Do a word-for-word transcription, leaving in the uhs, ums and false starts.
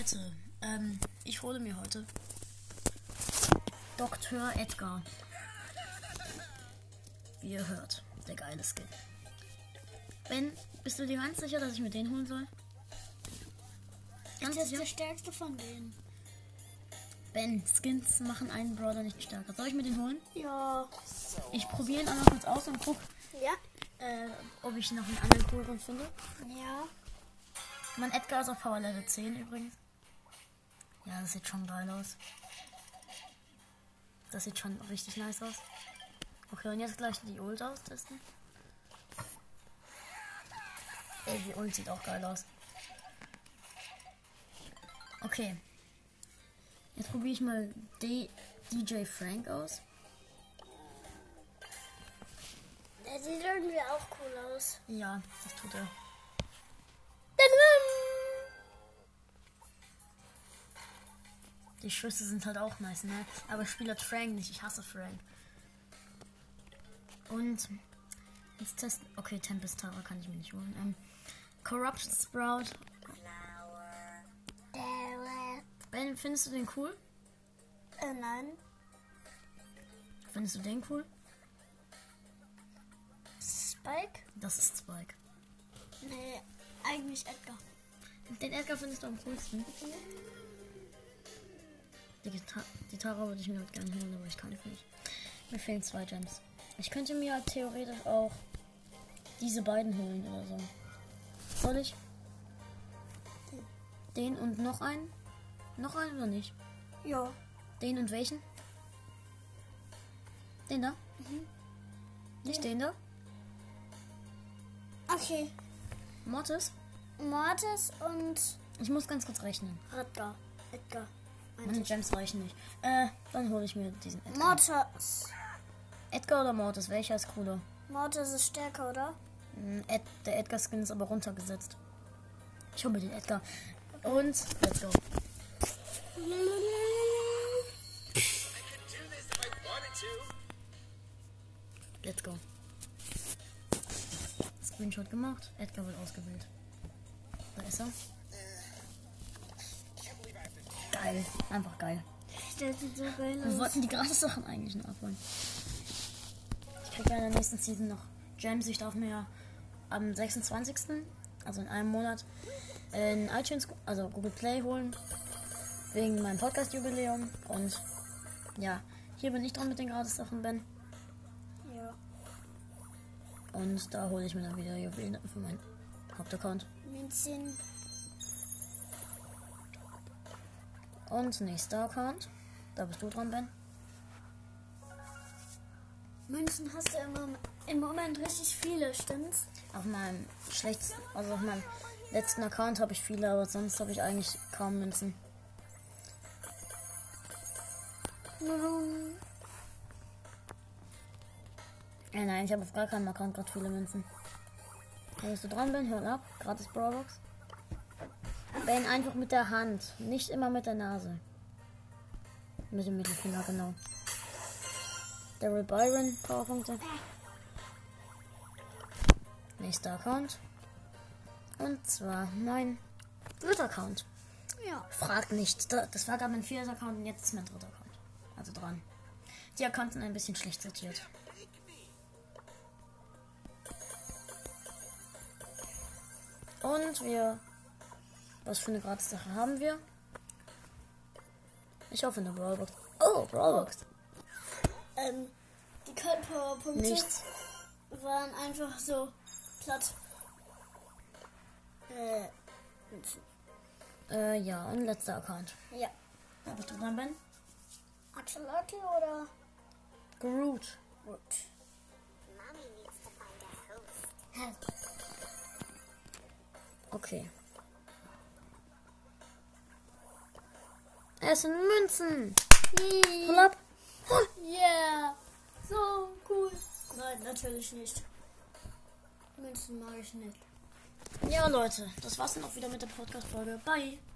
Leute, ähm, ich hole mir heute Doktor Edgar. Wie ihr hört, der geile Skin. Ben, bist du dir ganz sicher, dass ich mir den holen soll? Ganz Das ist sicher? der stärkste von denen. Ben, Skins machen einen Brawler nicht stärker. Soll ich mir den holen? Ja. Ich probiere ihn einmal kurz aus und guck, Ja. äh, ob ich noch einen anderen cooleren finde. Ja. Mein Edgar ist auf Power Level zehn übrigens. Ja, das sieht schon geil aus. Das sieht schon richtig nice aus. Okay, und jetzt gleich die Ult austesten. Ey, die Ult sieht auch geil aus. Okay. Jetzt probiere ich mal D DJ Frank aus. Der sieht irgendwie auch cool aus. Ja, das tut er. Die Schüsse sind halt auch nice, ne? Aber ich spiele Frank nicht. Ich hasse Frank. Und jetzt testen. Okay, Tempest Tara kann ich mir nicht holen. Ähm, Corruption Sprout. Ben, findest du den cool? Äh, nein. Findest du den cool? Spike? Das ist Spike. Nee, eigentlich Edgar. Den Edgar findest du am coolsten. Die, Gita die Tara würde ich mir halt gerne holen, aber ich kann es nicht. Mir fehlen zwei Gems. Ich könnte mir halt theoretisch auch diese beiden holen oder so. Soll ich? Den und noch einen? Noch einen oder nicht? Ja. Den und welchen? Den da? Mhm. Nicht den da? Okay. Mortis? Mortis und Ich muss ganz kurz rechnen. Edgar. Edgar. Meine Gems reichen nicht. Äh, dann hole ich mir diesen Edgar. Mortis. Edgar oder Mortis? Welcher ist cooler? Mortis ist stärker, oder? Hm, Ed der Edgar-Skin ist aber runtergesetzt. Ich hole mir den Edgar. Und let's go. Let's go. Screenshot gemacht. Edgar wird ausgewählt. Da ist er. Geil. Einfach geil. Der sieht so geil Wir aus. wollten die Gratis-Sachen eigentlich noch abholen. Ich kriege ja in der nächsten Season noch Gems. Ich darf mir ja am sechsundzwanzigsten, also in einem Monat, in iTunes, also Google Play holen. Wegen meinem Podcast-Jubiläum. Und ja, hier bin ich dran mit den Gratis-Sachen, Ben. Ja. Und da hole ich mir dann wieder Juwelen für meinen Hauptaccount. Münzen. Und nächster Account. Da bist du dran, Ben. Münzen hast du immer im Moment richtig viele, stimmt's? Auf meinem schlechtesten, also auf meinem letzten Account habe ich viele, aber sonst habe ich eigentlich kaum Münzen. Mhm. Äh, nein, ich habe auf gar keinem Account gerade viele Münzen. Wenn bist du dran, Ben, hör ab. Gratis Brawlbox. Ben, einfach mit der Hand, nicht immer mit der Nase. Mit dem Mittelfinger, genau. Daryl Byron, Powerpunkte. Nächster Account. Und zwar mein dritter Account. Ja. Frag nicht. Da- Das war gerade mein vierter Account und jetzt ist mein dritter Account. Also dran. Die Accounts sind ein bisschen schlecht sortiert. Und wir... Was für eine Gratis-Sache haben wir? Ich hoffe eine Brawlbox. Oh, Brawlbox. Ähm, die Powerpunkte Nichts. waren einfach so platt. Äh, Münzen. Äh, ja, und letzter Account. Ja. Da bist du dran, Ben? Axolotl oder? Groot. Gut. Okay. Es sind Münzen. Pull up. Yeah. So cool. Nein, natürlich nicht. Münzen mag ich nicht. Ja, Leute, das war's dann auch wieder mit der Podcast-Folge. Bye.